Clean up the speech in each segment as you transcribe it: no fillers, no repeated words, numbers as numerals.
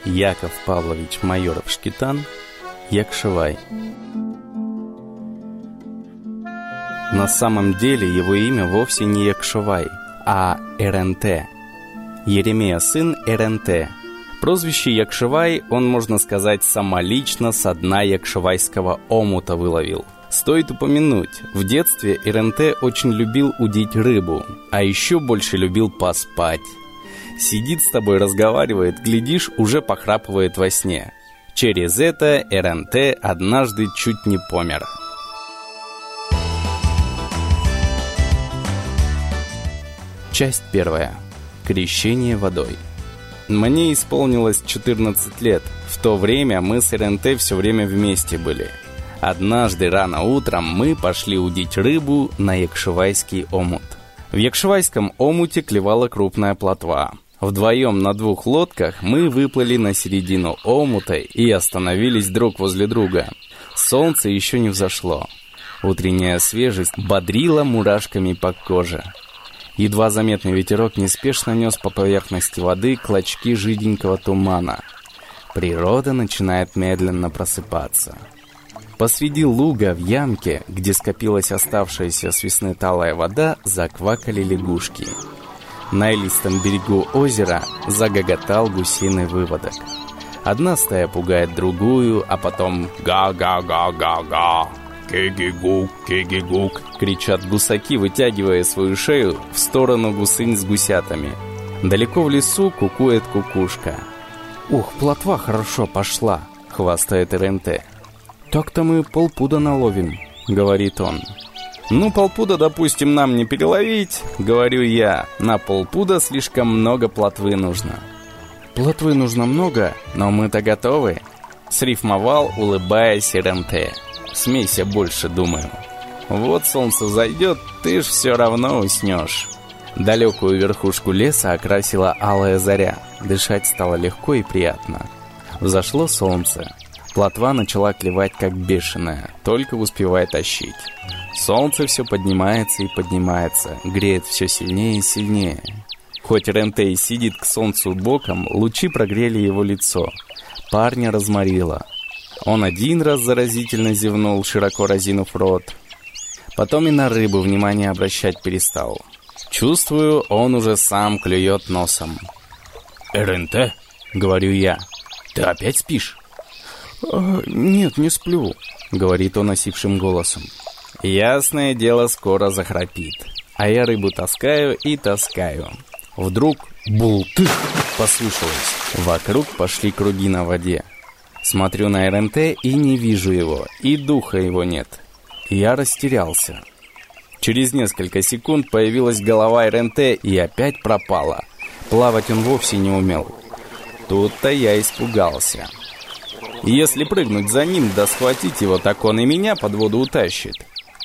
Яков Павлович Майоров-Шкитан, Якшевай. На самом деле его имя вовсе не Якшевай, а РНТ. Еремея сын РНТ. Прозвище Якшевай он, можно сказать, самолично со дна якшевайского омута выловил. Стоит упомянуть, в детстве РНТ очень любил удить рыбу, а еще больше любил поспать. Сидит с тобой, разговаривает, глядишь, уже похрапывает во сне. Через это РНТ однажды чуть не помер. Часть первая. Крещение водой. Мне исполнилось 14 лет. В то время мы с РНТ все время вместе были. Однажды рано утром мы пошли удить рыбу на якшевайский омут. В якшевайском омуте клевала крупная плотва. Вдвоем на 2 лодках мы выплыли на середину омута и остановились друг возле друга. Солнце еще не взошло. Утренняя свежесть бодрила мурашками по коже. Едва заметный ветерок неспешно нес по поверхности воды клочки жиденького тумана. Природа начинает медленно просыпаться. Посреди луга в ямке, где скопилась оставшаяся с весны талая вода, заквакали лягушки. На илистом берегу озера загоготал гусиный выводок. Одна стая пугает другую, а потом «га-га-га-га-га», «ки-ги-гук, ки-ги-гук» кричат гусаки, вытягивая свою шею в сторону гусынь с гусятами. Далеко в лесу кукует кукушка. «Ух, плотва хорошо пошла», — хвастает РНТ. «Так-то мы полпуда наловим», — говорит он. «Ну, полпуда, допустим, нам не переловить», — говорю я. «На полпуда слишком много плотвы нужно». «Плотвы нужно много, но мы-то готовы», — срифмовал, улыбаясь РНТ. «Смейся больше, думаю. Вот солнце зайдет, ты ж все равно уснешь». Далекую верхушку леса окрасила алая заря. Дышать стало легко и приятно. Взошло солнце. Плотва начала клевать как бешеная, только успевая тащить. Солнце все поднимается и поднимается, греет все сильнее и сильнее. Хоть РНТ и сидит к солнцу боком, лучи прогрели его лицо. Парня разморило. Он один раз заразительно зевнул, широко разинув рот. Потом и на рыбу внимание обращать перестал. Чувствую, он уже сам клюет носом. «РНТ?» — говорю я. «Ты опять спишь?» «Нет, не сплю», — говорит он осипшим голосом. Ясное дело, скоро захрапит. А я рыбу таскаю и таскаю. Вдруг бултых послышалось. Вокруг пошли круги на воде. Смотрю на РНТ и не вижу его, и духа его нет. Я растерялся. Через несколько секунд появилась голова РНТ и опять пропала. Плавать он вовсе не умел. Тут-то я испугался. Если прыгнуть за ним да схватить его, так он и меня под воду утащит.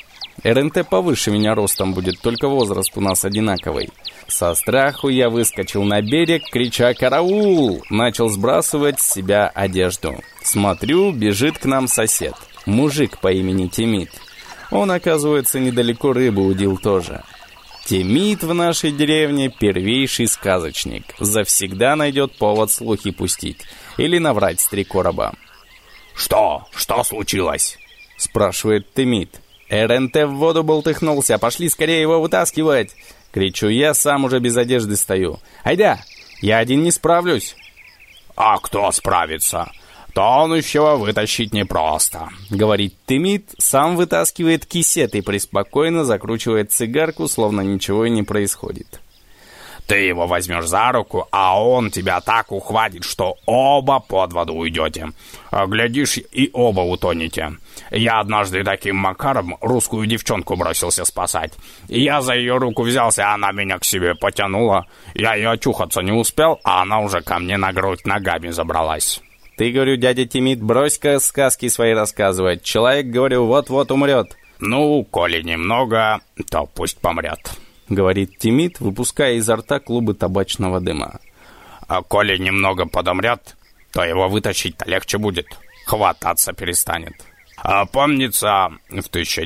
РНТ повыше меня ростом будет, только возраст у нас одинаковый. Со страху я выскочил на берег, крича «Караул!», начал сбрасывать с себя одежду. Смотрю, бежит к нам сосед, мужик по имени Темит. Он, оказывается, недалеко рыбу удил тоже. Темит в нашей деревне первейший сказочник. Завсегда найдет повод слухи пустить или наврать с 3 короба. «Что? Что случилось?» — спрашивает Темит. «РНТ в воду болтыхнулся, пошли скорее его вытаскивать!» Кричу я, сам уже без одежды стою. «Айда, я один не справлюсь!» «А кто справится? Тонущего вытащить непросто», — говорит Темит, сам вытаскивает кисет и преспокойно закручивает цигарку, словно ничего и не происходит. «Ты его возьмешь за руку, а он тебя так ухватит, что оба под воду уйдете. Глядишь, и оба утонете. Я однажды таким макаром русскую девчонку бросился спасать. Я за ее руку взялся, она меня к себе потянула. Я и очухаться не успел, а она уже ко мне на грудь ногами забралась». «Ты, говорю, дядя Темит, брось-ка сказки свои рассказывать. Человек, говорю, вот-вот умрет». «Ну, коли немного, то пусть помрет», — говорит Темит, выпуская изо рта клубы табачного дыма. «А коли немного подомрет, то его вытащить-то легче будет, хвататься перестанет. А помнится, в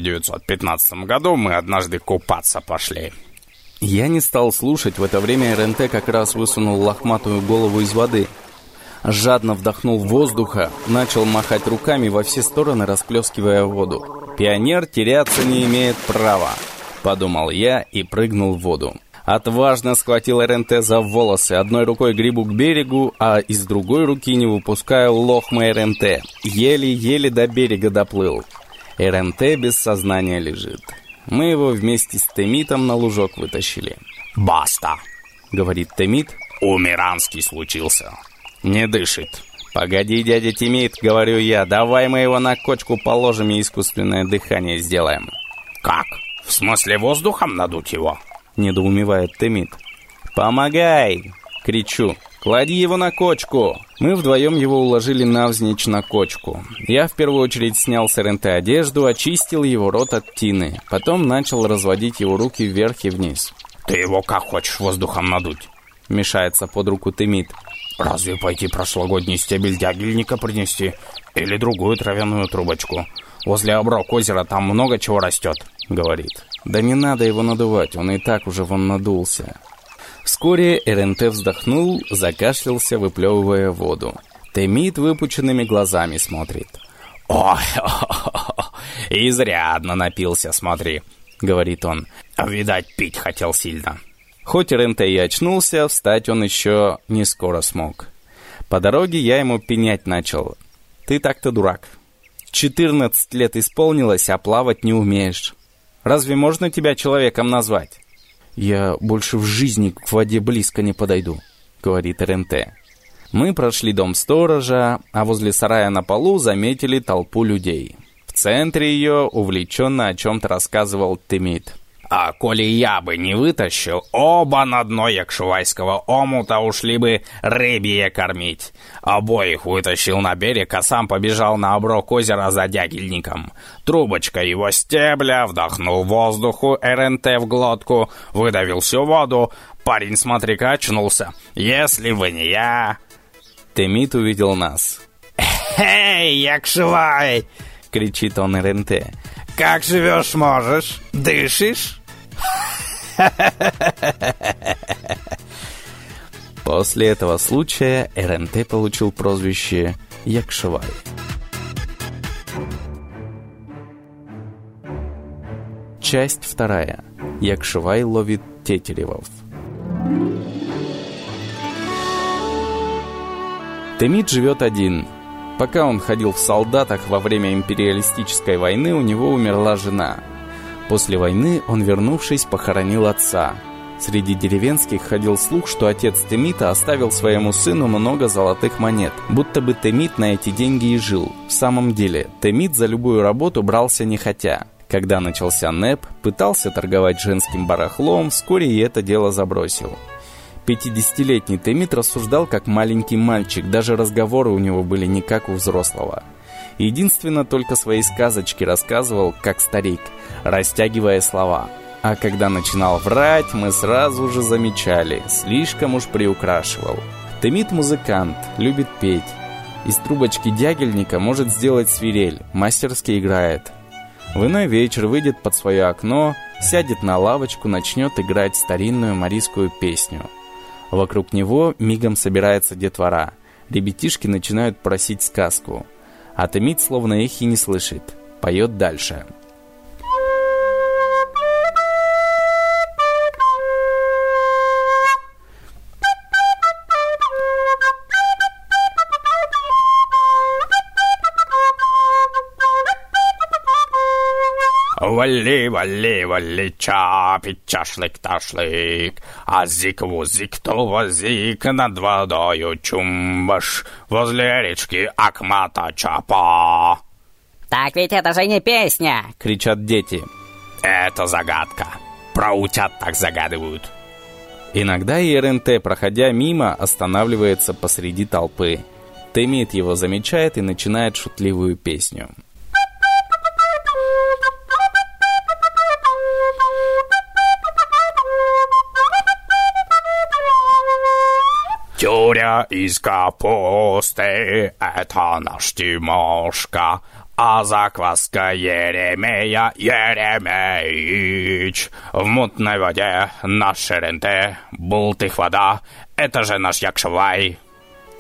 1915 году мы однажды купаться пошли». Я не стал слушать, в это время РНТ как раз высунул лохматую голову из воды. Жадно вдохнул воздуха, начал махать руками во все стороны, расплескивая воду. «Пионер теряться не имеет права», — подумал я и прыгнул в воду. Отважно схватил РНТ за волосы, одной рукой гребу к берегу, а из другой руки не выпускаю лохмы РНТ. Еле-еле до берега доплыл. РНТ без сознания лежит. Мы его вместе с Темитом на лужок вытащили. «Баста!» — говорит Темит. «Умиранский случился. Не дышит». «Погоди, дядя Темит, — говорю я, — давай мы его на кочку положим и искусственное дыхание сделаем». «Как? В смысле воздухом надуть его?» — недоумевает Темит. «Помогай!» — кричу. «Клади его на кочку!» Мы вдвоем его уложили навзничь на кочку. Я в первую очередь снял с РНТ одежду, очистил его рот от тины. Потом начал разводить его руки вверх и вниз. «Ты его как хочешь воздухом надуть?» — мешается под руку Темит. «Разве пойти прошлогодний стебель дягельника принести? Или другую травяную трубочку? Возле оброк озера там много чего растет», — говорит. «Да не надо его надувать, он и так уже вон надулся». Вскоре РНТ вздохнул, закашлялся, выплевывая воду. Темит выпученными глазами смотрит. «Ой, изрядно напился, смотри», — говорит он. «Видать, пить хотел сильно». Хоть РНТ и очнулся, встать он еще не скоро смог. По дороге я ему пенять начал. «Ты так-то дурак. 14 лет исполнилось, а плавать не умеешь. Разве можно тебя человеком назвать?» «Я больше в жизни к воде близко не подойду», — говорит РНТ. Мы прошли дом сторожа, а возле сарая на полу заметили толпу людей. В центре ее увлеченно о чем-то рассказывал Темит. «А коли я бы не вытащил, оба на дно якшувайского омута ушли бы рыбье кормить. Обоих вытащил на берег, а сам побежал на оброк озера за дягельником. Трубочка его стебля, вдохнул воздуху РНТ в глотку, выдавил всю воду. Парень, смотри-ка, очнулся. Если бы не я...» Темит увидел нас. «Эй, якшувай!» — кричит он РНТ. «Как живешь, можешь? Дышишь?» После этого случая РНТ получил прозвище Якшувай. Часть 2. Якшувай ловит тетеревов. Темит живет один. Пока он ходил в солдатах во время империалистической войны, у него умерла жена. После войны он, вернувшись, похоронил отца. Среди деревенских ходил слух, что отец Темита оставил своему сыну много золотых монет, будто бы Темит на эти деньги и жил. В самом деле, Темит за любую работу брался нехотя. Когда начался НЭП, пытался торговать женским барахлом, вскоре и это дело забросил. 50-летний Темит рассуждал как маленький мальчик, даже разговоры у него были не как у взрослого. Единственно только свои сказочки рассказывал, как старик, растягивая слова. А когда начинал врать, мы сразу же замечали, слишком уж приукрашивал. Темит музыкант, любит петь. Из трубочки дягельника может сделать свирель, мастерски играет. В иной вечер выйдет под свое окно, сядет на лавочку, начнет играть старинную марийскую песню. Вокруг него мигом собирается детвора. Ребятишки начинают просить сказку. А Темит словно их и не слышит. Поет дальше. «Вали, вали, вали, чапить чашлик-ташлик, а зик-вузик, то возик, над водою чумбаш, возле речки Акмата-Чапа». «Так ведь это же не песня!» — кричат дети. «Это загадка. Про утят так загадывают». Иногда и РНТ, проходя мимо, останавливается посреди толпы. Темит его замечает и начинает шутливую песню. «Тюря из капусты — это наш Тимошка, а закваска Еремея Еремеич. В мутной воде наш РНТ, бултых вода — это же наш Якшувай».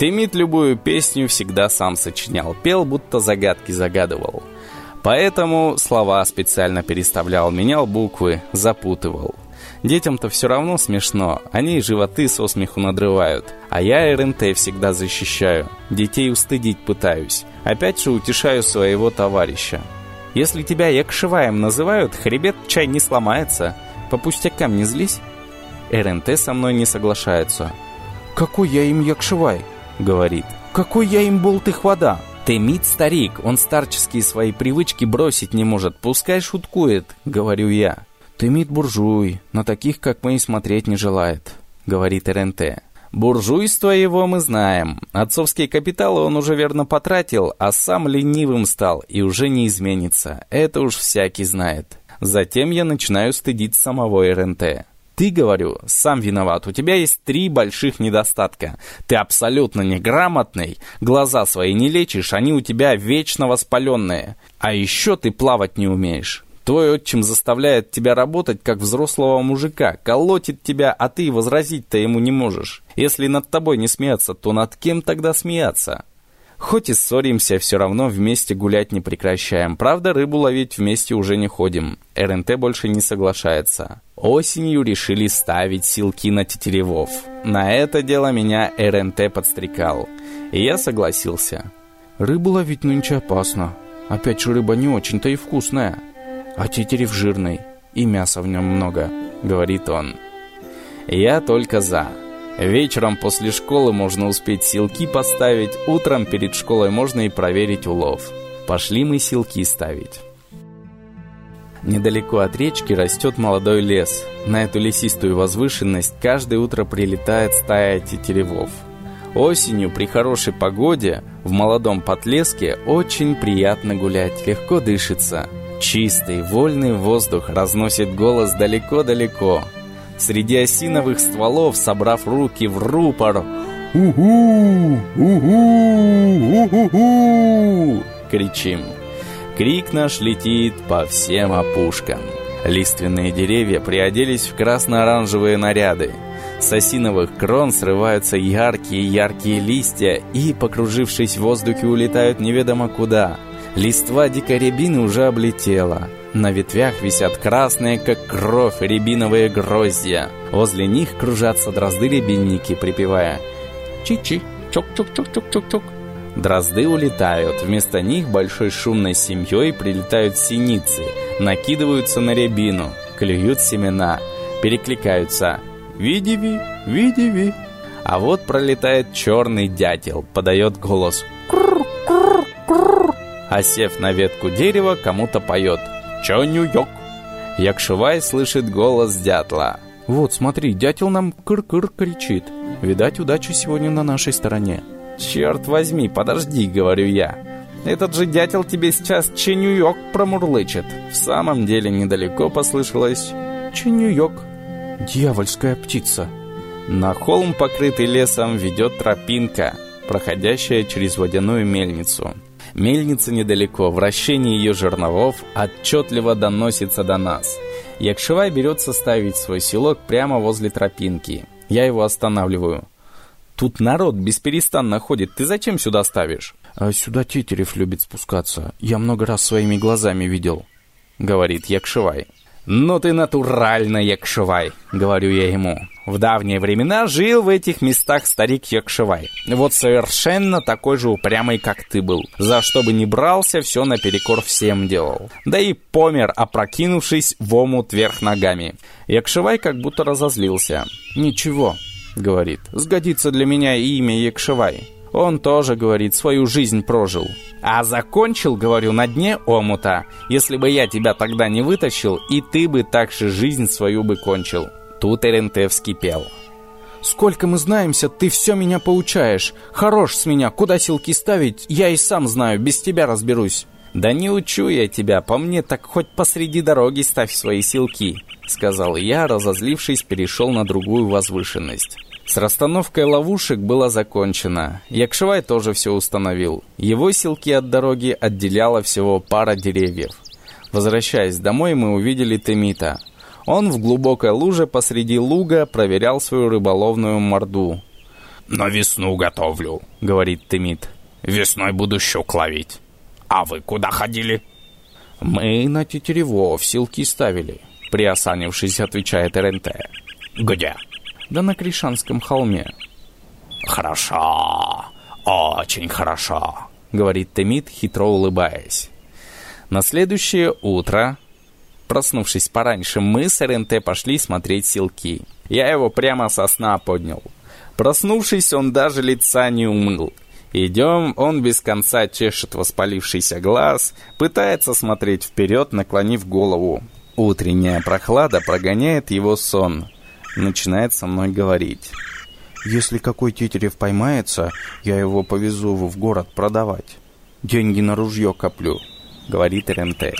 Темит любую песню всегда сам сочинял, пел, будто загадки загадывал. Поэтому слова специально переставлял, менял буквы, запутывал. Детям-то все равно смешно, они животы со смеху надрывают. А я РНТ всегда защищаю, детей устыдить пытаюсь. Опять же утешаю своего товарища. Если тебя Якшеваем называют, хребет чай не сломается. По пустякам не злись. РНТ со мной не соглашается. «Какой я им Якшевай?» — говорит. «Какой я им болт их вода?» Темит старик, он старческие свои привычки бросить не может, пускай шуткует, говорю я. Темит буржуй, на таких, как мы, и смотреть не желает, говорит РНТ. Буржуйство его мы знаем. Отцовские капиталы он уже верно потратил, а сам ленивым стал и уже не изменится. Это уж всякий знает. Затем я начинаю стыдить самого РНТ. Ты, говорю, сам виноват, у тебя есть 3 больших недостатка. Ты абсолютно неграмотный, глаза свои не лечишь, они у тебя вечно воспаленные. А еще ты плавать не умеешь. Твой отчим заставляет тебя работать, как взрослого мужика, колотит тебя, а ты возразить-то ему не можешь. Если над тобой не смеяться, то над кем тогда смеяться? Хоть и ссоримся, все равно вместе гулять не прекращаем. Правда, рыбу ловить вместе уже не ходим. РНТ больше не соглашается. Осенью решили ставить силки на тетеревов. На это дело меня РНТ подстрекал. И я согласился. Рыбу ловить нынче опасно. Опять же, рыба не очень-то и вкусная. А тетерев жирный, и мяса в нем много, говорит он. Я только за. Вечером после школы можно успеть силки поставить, утром перед школой можно и проверить улов. Пошли мы силки ставить. Недалеко от речки растет молодой лес. На эту лесистую возвышенность каждое утро прилетает стая тетеревов. Осенью при хорошей погоде в молодом подлеске очень приятно гулять, легко дышится. Чистый, вольный воздух разносит голос далеко-далеко. Среди осиновых стволов, собрав руки в рупор, «Угу! Угу! Угу!» кричим. Крик наш летит по всем опушкам. Лиственные деревья приоделись в красно-оранжевые наряды. С осиновых крон срываются яркие листья и, покружившись в воздухе, улетают неведомо куда. Листва дикой рябины уже облетела. На ветвях висят красные, как кровь, рябиновые гроздья. Возле них кружатся дрозды-рябинники, припевая «Чи-чи, чок-чок-чок-чок-чок-чок». Дрозды улетают. Вместо них большой шумной семьей прилетают синицы, накидываются на рябину, клюют семена, перекликаются «Видиви, видиви». А вот пролетает черный дятел, подает голос «Кр-кр-кр». А сев на ветку дерева, кому-то поет «Чо-ню-йок». Якшевай слышит голос дятла. «Вот, смотри, дятел нам кыр-кыр кричит. Видать, удача сегодня на нашей стороне». «Черт возьми, подожди», — говорю я. «Этот же дятел тебе сейчас Чо-ню-йок промурлычет». В самом деле недалеко послышалось Чо-ню-йок. Дьявольская птица. На холм, покрытый лесом, ведет тропинка, проходящая через водяную мельницу. Мельница недалеко, вращение ее жерновов отчетливо доносится до нас. Якшевай берется ставить свой селок прямо возле тропинки. Я его останавливаю. «Тут народ бесперестанно ходит, ты зачем сюда ставишь?» «А сюда тетерев любит спускаться, я много раз своими глазами видел», — говорит Якшевай. «Ну ты натурально Якшевай», — говорю я ему. «В давние времена жил в этих местах старик Якшевай. Вот совершенно такой же упрямый, как ты был. За что бы ни брался, все наперекор всем делал. Да и помер, опрокинувшись в омут вверх ногами». Якшевай как будто разозлился. «Ничего», — говорит, — «сгодится для меня и имя Якшевай». Он тоже, говорит, свою жизнь прожил. А закончил, говорю, на дне омута. Если бы я тебя тогда не вытащил, и ты бы так же жизнь свою бы кончил. Тут РНТ вскипел. «Сколько мы знаемся, ты все меня поучаешь. Хорош с меня, куда силки ставить, я и сам знаю, без тебя разберусь». «Да не учу я тебя, по мне так хоть посреди дороги ставь свои силки», — сказал я, разозлившись, перешел на другую возвышенность. С расстановкой ловушек было закончено. Якшевай тоже все установил. Его силки от дороги отделяла всего пара деревьев. Возвращаясь домой, мы увидели Темита. Он в глубокой луже посреди луга проверял свою рыболовную морду. «На весну готовлю», — говорит Темит. «Весной буду щук ловить. А вы куда ходили?» «Мы на Тетерево в селки ставили», — приосанившись, отвечает РНТ. «Где?» «Да на Кришанском холме». «Хорошо, очень хорошо», — говорит Темит, хитро улыбаясь. На следующее утро, проснувшись пораньше, мы с РНТ пошли смотреть селки. Я его прямо со сна поднял. Проснувшись, он даже лица не умыл. Идем, он без конца чешет воспалившийся глаз, пытается смотреть вперед, наклонив голову. Утренняя прохлада прогоняет его сон. Начинает со мной говорить. «Если какой Тетерев поймается, я его повезу в город продавать. Деньги на ружье коплю», — говорит РНТ.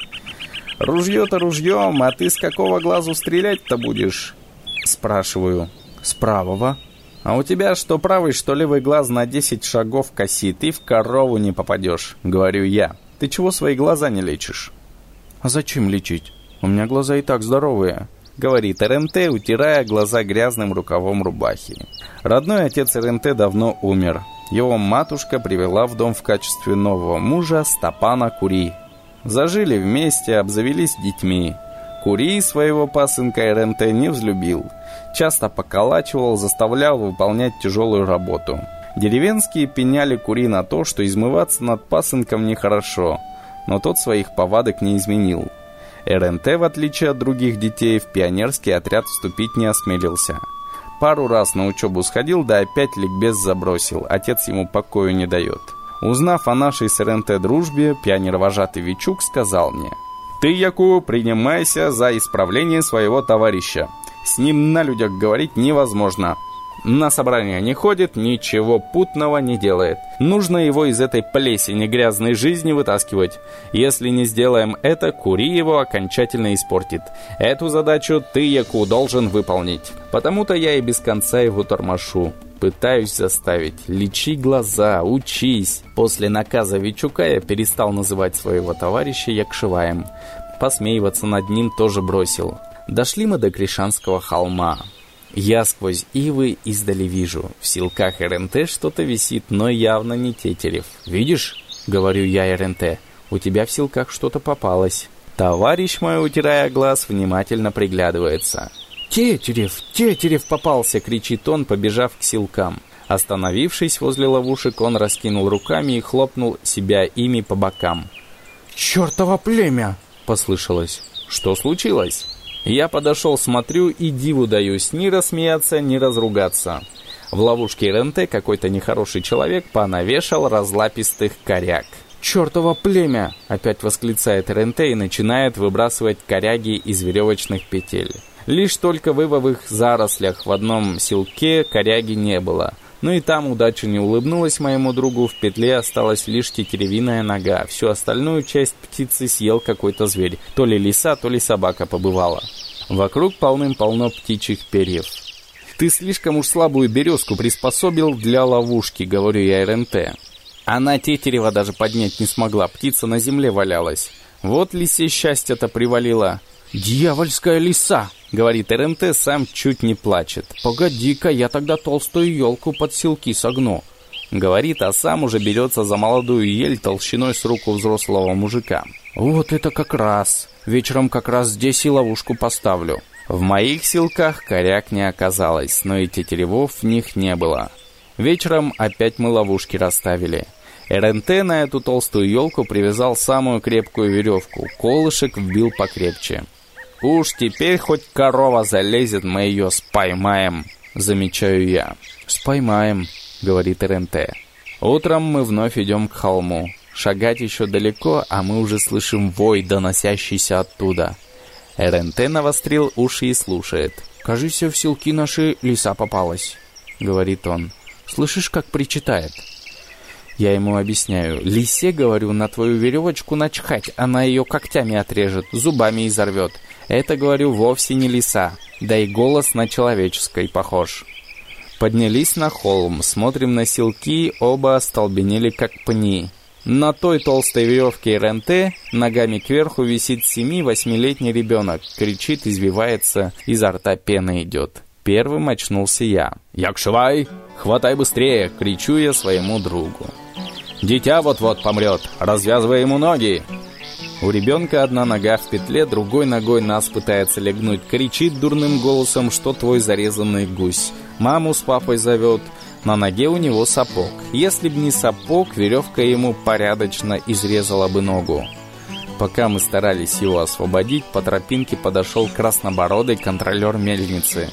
«Ружье-то ружьем, а ты с какого глазу стрелять-то будешь?» Спрашиваю. «С правого». «А у тебя что правый, что левый глаз на 10 шагов косит, и в корову не попадешь», — говорю я. «Ты чего свои глаза не лечишь?» «А зачем лечить? У меня глаза и так здоровые», — говорит РНТ, утирая глаза грязным рукавом рубахи. Родной отец РНТ давно умер. Его матушка привела в дом в качестве нового мужа Стапана Кури. Зажили вместе, обзавелись детьми. Кури своего пасынка РНТ не взлюбил. Часто поколачивал, заставлял выполнять тяжелую работу. Деревенские пеняли Кури на то, что измываться над пасынком нехорошо, но тот своих повадок не изменил. РНТ, в отличие от других детей, в пионерский отряд вступить не осмелился. Пару раз на учебу сходил, да опять ликбез забросил, отец ему покою не дает. Узнав о нашей с РНТ дружбе, пионер-вожатый Вичук сказал мне: «Ты, Яку, принимайся за исправление своего товарища. С ним на людях говорить невозможно. На собрания не ходит, ничего путного не делает. Нужно его из этой плесени грязной жизни вытаскивать. Если не сделаем это, Кури его окончательно испортит. Эту задачу ты, Яку, должен выполнить. Потому-то я и без конца его тормошу. Пытаюсь заставить. Лечи глаза, учись». После наказа Вичука я перестал называть своего товарища Якшеваем. Посмеиваться над ним тоже бросил. Дошли мы до Кришанского холма. Я сквозь ивы издали вижу. В селках РНТ что-то висит, но явно не Тетерев. «Видишь?» — говорю я РНТ. «У тебя в селках что-то попалось». Товарищ мой, утирая глаз, внимательно приглядывается. «Тетерев! Тетерев попался!» — кричит он, побежав к селкам. Остановившись возле ловушек, он раскинул руками и хлопнул себя ими по бокам. «Чёртово племя!» — послышалось. «Что случилось?» Я подошел, смотрю и диву даюсь, ни рассмеяться, ни разругаться. В ловушке РНТ какой-то нехороший человек понавешал разлапистых коряг. «Чёртово племя!» — опять восклицает РНТ и начинает выбрасывать коряги из веревочных петель. Лишь только в ивовых зарослях в одном селке коряги не было. Но и там удача не улыбнулась моему другу, в петле осталась лишь тетеревиная нога. Всю остальную часть птицы съел какой-то зверь. То ли лиса, то ли собака побывала. Вокруг полным-полно птичьих перьев. «Ты слишком уж слабую березку приспособил для ловушки», — говорю я РНТ. Она тетерева даже поднять не смогла, птица на земле валялась. Вот лисе счастье-то привалило. «Дьявольская лиса!» — говорит РНТ, сам чуть не плачет. «Погоди-ка, я тогда толстую елку под селки согну», — говорит, а сам уже берется за молодую ель толщиной с руку взрослого мужика. «Вот это как раз! Вечером как раз здесь и ловушку поставлю». В моих селках коряк не оказалось, но и тетеревов в них не было. Вечером опять мы ловушки расставили. РНТ на эту толстую елку привязал самую крепкую веревку, колышек вбил покрепче. «Уж теперь хоть корова залезет, мы ее споймаем», — замечаю я. «Споймаем», — говорит РНТ. Утром мы вновь идем к холму. Шагать еще далеко, а мы уже слышим вой, доносящийся оттуда. РНТ навострил уши и слушает. «Кажется, в селки наши лиса попалась», — говорит он. «Слышишь, как причитает?» Я ему объясняю. «Лисе, говорю, на твою веревочку начхать, она ее когтями отрежет, зубами изорвет. Это, говорю, вовсе не лиса, да и голос на человеческий похож». Поднялись на холм, смотрим на селки, оба остолбенели как пни. На той толстой веревке РНТ ногами кверху висит 7-8-летний ребенок, кричит, извивается, изо рта пена идет. Первым очнулся я. «Якшивай, хватай быстрее!» — кричу я своему другу. «Дитя вот-вот помрет, развязывай ему ноги!» У ребенка одна нога в петле, другой ногой нас пытается легнуть. Кричит дурным голосом, что твой зарезанный гусь. Маму с папой зовет. На ноге у него сапог. Если б не сапог, веревка ему порядочно изрезала бы ногу. Пока мы старались его освободить, по тропинке подошел краснобородый контролер мельницы.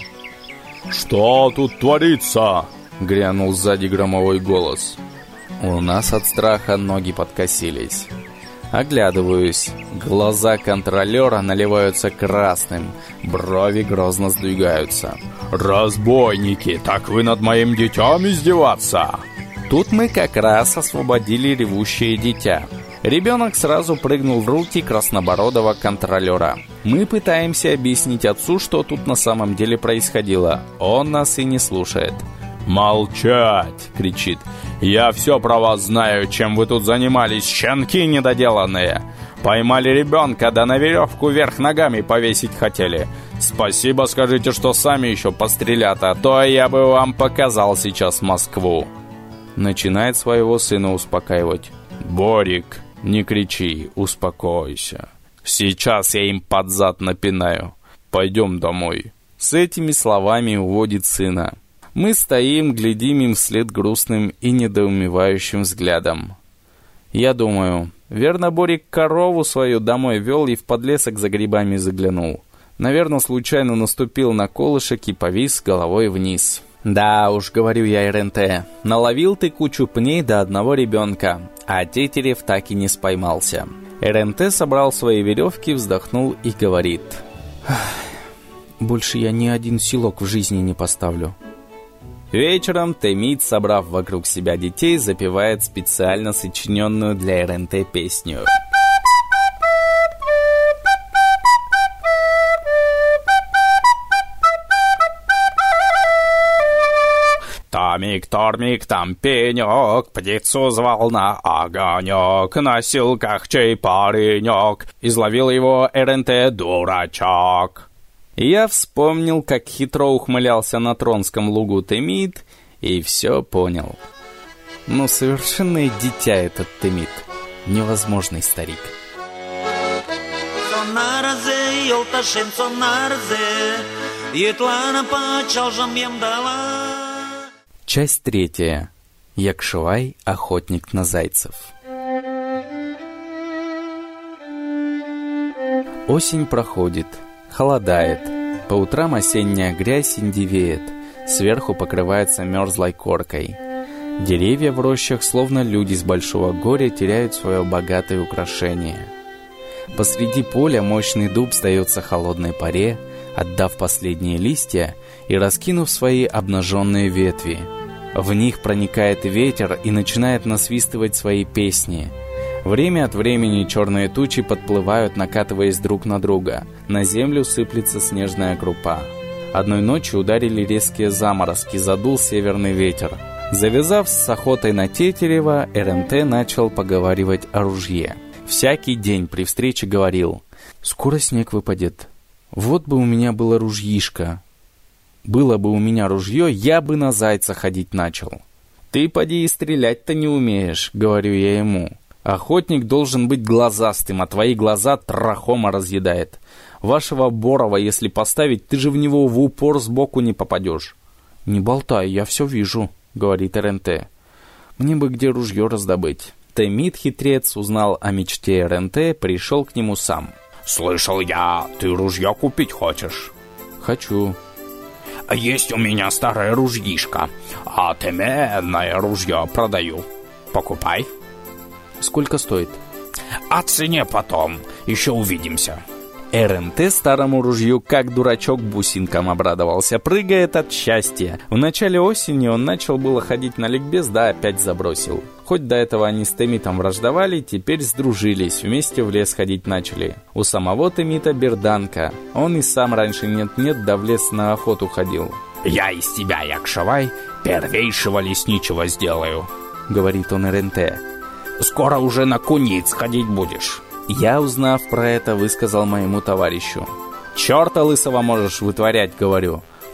«Что тут творится?» — грянул сзади громовой голос. У нас от страха ноги подкосились. Оглядываюсь. Глаза контролера наливаются красным, брови грозно сдвигаются. «Разбойники, так вы над моим дитям издеваться?» Тут мы как раз освободили ревущее дитя. Ребенок сразу прыгнул в руки краснобородого контролера. Мы пытаемся объяснить отцу, что тут на самом деле происходило. Он нас и не слушает. «Молчать!» — кричит. «Я все про вас знаю, чем вы тут занимались, щенки недоделанные! Поймали ребенка, да на веревку вверх ногами повесить хотели. Спасибо скажите, что сами еще пострелят, а то я бы вам показал сейчас Москву!» Начинает своего сына успокаивать. «Борик, не кричи, успокойся. Сейчас я им под зад напинаю. Пойдем домой». С этими словами уводит сына. Мы стоим, глядим им вслед грустным и недоумевающим взглядом. Я думаю, верно, Борик корову свою домой вел и в подлесок за грибами заглянул. Наверное, случайно наступил на колышек и повис головой вниз. Да уж, говорю я РНТ, наловил ты кучу пней до одного ребенка, а Тетерев так и не споймался. РНТ собрал свои веревки, вздохнул и говорит: «Больше я ни один селок в жизни не поставлю». Вечером Темит, собрав вокруг себя детей, запевает специально сочиненную для РНТ песню. Томик, тормик, там пенек, птицу звал на огонек, на силках чей паренек, изловил его РНТ дурачок. Я вспомнил, как хитро ухмылялся на Тронском лугу Темит, и все понял. Ну, совершенное дитя этот Темит. Невозможный старик. Часть 3. Якшивай, охотник на зайцев. Осень проходит. Холодает. По утрам осенняя грязь индивеет, сверху покрывается мерзлой коркой. Деревья в рощах, словно люди с большого горя, теряют свое богатое украшение. Посреди поля мощный дуб сдается холодной паре, отдав последние листья и раскинув свои обнаженные ветви. В них проникает ветер и начинает насвистывать свои песни. Время от времени черные тучи подплывают, накатываясь друг на друга. На землю сыплется снежная крупа. Одной ночью ударили резкие заморозки, задул северный ветер. Завязав с охотой на Тетерева, РНТ начал поговаривать о ружье. Всякий день при встрече говорил: «Скоро снег выпадет. Вот бы у меня было ружьишко. Было бы у меня ружье, я бы на зайца ходить начал». «Ты поди и стрелять-то не умеешь», — говорю я ему. «Охотник должен быть глазастым, а твои глаза трахома разъедает. Вашего Борова, если поставить, ты же в него в упор сбоку не попадешь». «Не болтай, я все вижу», — говорит РНТ. «Мне бы где ружье раздобыть». Темит, хитрец, узнал о мечте РНТ, пришел к нему сам. «Слышал я, ты ружье купить хочешь?» «Хочу». «Есть у меня старое ружьишко, а отменное ружье продаю. Покупай». «Сколько стоит?» «О цене потом, еще увидимся». РНТ старому ружью как дурачок бусинкам обрадовался, прыгает от счастья. В начале осени он начал было ходить на ликбез, да опять забросил. Хоть до этого они с Темитом враждовали, теперь сдружились, вместе в лес ходить начали. У самого Темита берданка, он и сам раньше нет-нет да в лес на охоту ходил. «Я из тебя, Якшивай, первейшего лесничего сделаю», — говорит он РНТ. «Скоро уже на куниц ходить будешь». Я, узнав про это, высказал моему товарищу. «Черта лысого можешь вытворять, — говорю.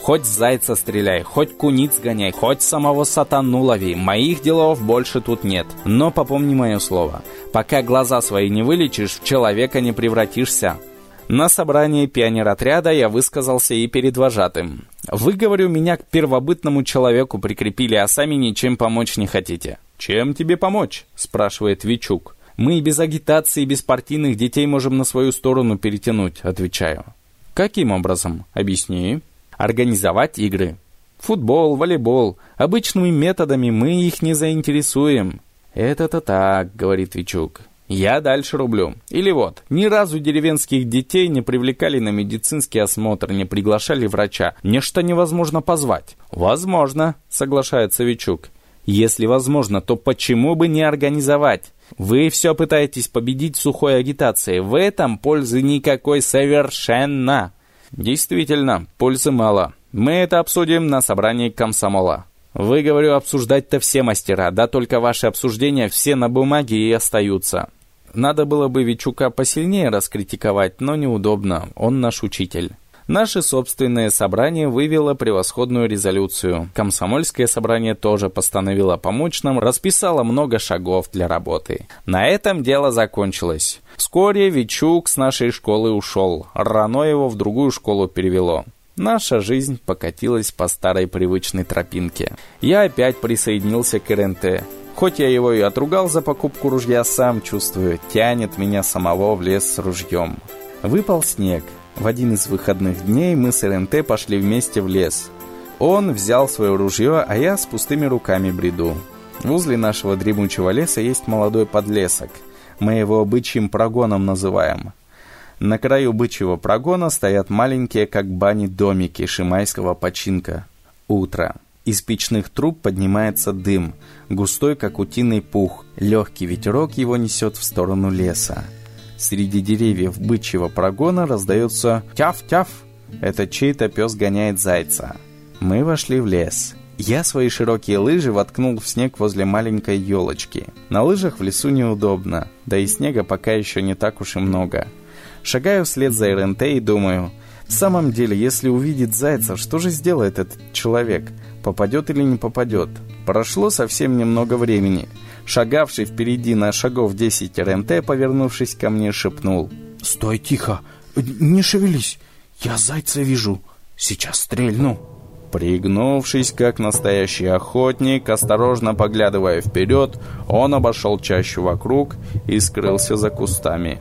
Хоть зайца стреляй, хоть куниц гоняй, хоть самого сатану лови. Моих делов больше тут нет. Но попомни мое слово. Пока глаза свои не вылечишь, в человека не превратишься. На собрании пионеротряда я высказался и перед вожатым. Вы, говорю, меня к первобытному человеку прикрепили, а сами ничем помочь не хотите. «Чем тебе помочь?» – спрашивает Вичук. «Мы и без агитации, и без партийных детей можем на свою сторону перетянуть», – отвечаю. «Каким образом? Объясни». «Организовать игры. Футбол, волейбол. Обычными методами мы их не заинтересуем». «Это-то так», — говорит Вичук. «Я дальше рублю. Или вот, ни разу деревенских детей не привлекали на медицинский осмотр, не приглашали врача. Нечто невозможно позвать». «Возможно», — соглашается Вичук. «Если возможно, то почему бы не организовать? Вы все пытаетесь победить сухой агитацией. В этом пользы никакой совершенно». «Действительно, пользы мало. Мы это обсудим на собрании комсомола». «Вы, говорю, обсуждать-то все мастера, да только ваши обсуждения все на бумаге и остаются». Надо было бы Вичука посильнее раскритиковать, но неудобно, он наш учитель. Наше собственное собрание вывело превосходную резолюцию. Комсомольское собрание тоже постановило помочь нам, расписало много шагов для работы. На этом дело закончилось. Вскоре Вичук с нашей школы ушел, рано его в другую школу перевело. Наша жизнь покатилась по старой привычной тропинке. Я опять присоединился к РНТ. Хоть я его и отругал за покупку ружья, сам чувствую, тянет меня самого в лес с ружьем. Выпал снег. В один из выходных дней мы с РНТ пошли вместе в лес. Он взял свое ружье, а я с пустыми руками бреду. Возле нашего дремучего леса есть молодой подлесок. Мы его бычьим прогоном называем. На краю бычьего прогона стоят маленькие, как бани, домики шимайского починка. Утро. Из печных труб поднимается дым, густой, как утиный пух. Легкий ветерок его несет в сторону леса. Среди деревьев бычьего прогона раздается «тяф-тяф». Это чей-то пес гоняет зайца. Мы вошли в лес. Я свои широкие лыжи воткнул в снег возле маленькой елочки. На лыжах в лесу неудобно, да и снега пока еще не так уж и много. Шагаю вслед за РНТ и думаю, в самом деле, если увидит зайца, что же сделает этот человек? Попадет или не попадет? Прошло совсем немного времени. Шагавший впереди на шагов 10 РНТ, повернувшись ко мне, шепнул: «Стой тихо, не шевелись, я зайца вижу, сейчас стрельну». Пригнувшись, как настоящий охотник, осторожно поглядывая вперед, он обошел чащу вокруг и скрылся за кустами.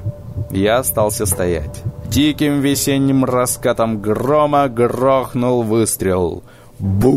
Я остался стоять. Диким весенним раскатом грома грохнул выстрел. Бум!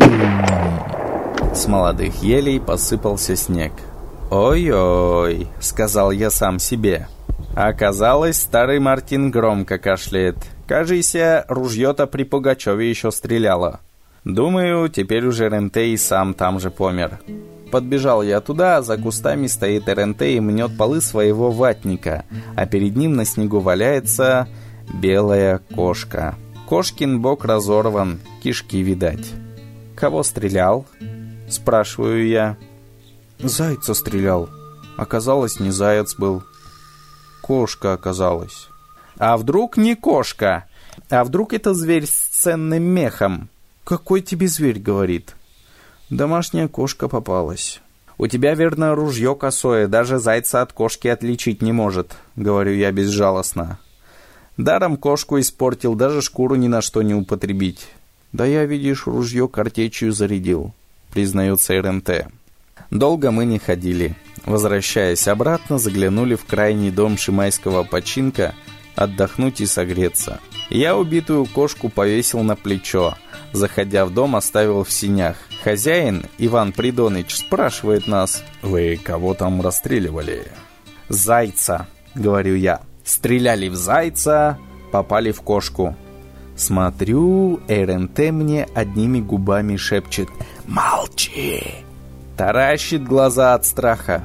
С молодых елей посыпался снег. «Ой-ой», — сказал я сам себе. Оказалось, старый Мартин громко кашляет. Кажется, ружье-то при Пугачеве еще стреляло. Думаю, теперь уже РНТ и сам там же помер. Подбежал я туда, а за кустами стоит РНТ и мнет полы своего ватника, а перед ним на снегу валяется белая кошка. Кошкин бок разорван, кишки видать. «Кого стрелял?» — спрашиваю я. «Зайца стрелял. Оказалось, не заяц был. Кошка оказалась». «А вдруг не кошка? А вдруг это зверь с ценным мехом?» «Какой тебе зверь?» — говорит. «Домашняя кошка попалась». «У тебя, верно, ружье косое, даже зайца от кошки отличить не может», — говорю я безжалостно. «Даром кошку испортил, даже шкуру ни на что не употребить». «Да я, видишь, ружье картечью зарядил», — признается РНТ. Долго мы не ходили. Возвращаясь обратно, заглянули в крайний дом шимайского починка отдохнуть и согреться. Я убитую кошку повесил на плечо. Заходя в дом, оставил в сенях. Хозяин, Иван Придоныч, спрашивает нас: «Вы кого там расстреливали?» «Зайца», — говорю я. «Стреляли в зайца, попали в кошку». Смотрю, РНТ мне одними губами шепчет: «Молчи!» Таращит глаза от страха.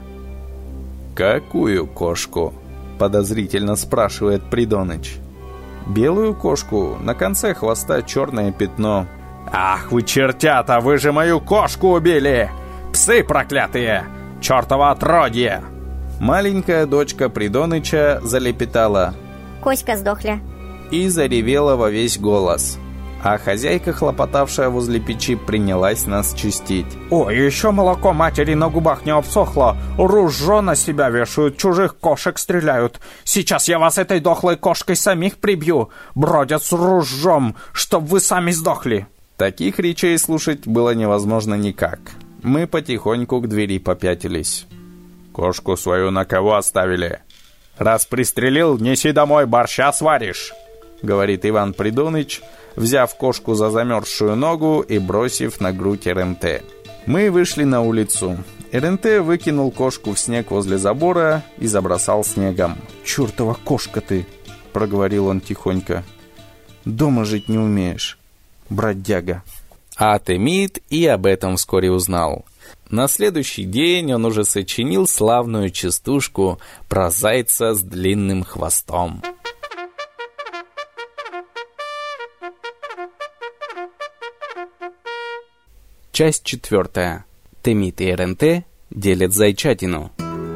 «Какую кошку?» — подозрительно спрашивает Придоныч. «Белую кошку, на конце хвоста черное пятно». «Ах вы чертята, вы же мою кошку убили! Псы проклятые! Чертово отродье!» Маленькая дочка Придоныча залепетала: «Коська сдохля». И заревела во весь голос. А хозяйка, хлопотавшая возле печи, принялась нас чистить. «Ой, еще молоко матери на губах не обсохло. Ружье на себя вешают, чужих кошек стреляют. Сейчас я вас этой дохлой кошкой самих прибью. Бродят с ружьем, чтоб вы сами сдохли». Таких речей слушать было невозможно никак. Мы потихоньку к двери попятились. «Кошку свою на кого оставили? Раз пристрелил, неси домой, борща сваришь», — говорит Иван Придоныч, взяв кошку за замерзшую ногу и бросив на грудь РНТ. Мы вышли на улицу. РНТ выкинул кошку в снег возле забора и забросал снегом. «Чёртова кошка ты!» — проговорил он тихонько. «Дома жить не умеешь, бродяга». А Темит и об этом вскоре узнал. На следующий день он уже сочинил славную частушку про зайца с длинным хвостом. Часть 4. Темит и РНТ делят зайчатину.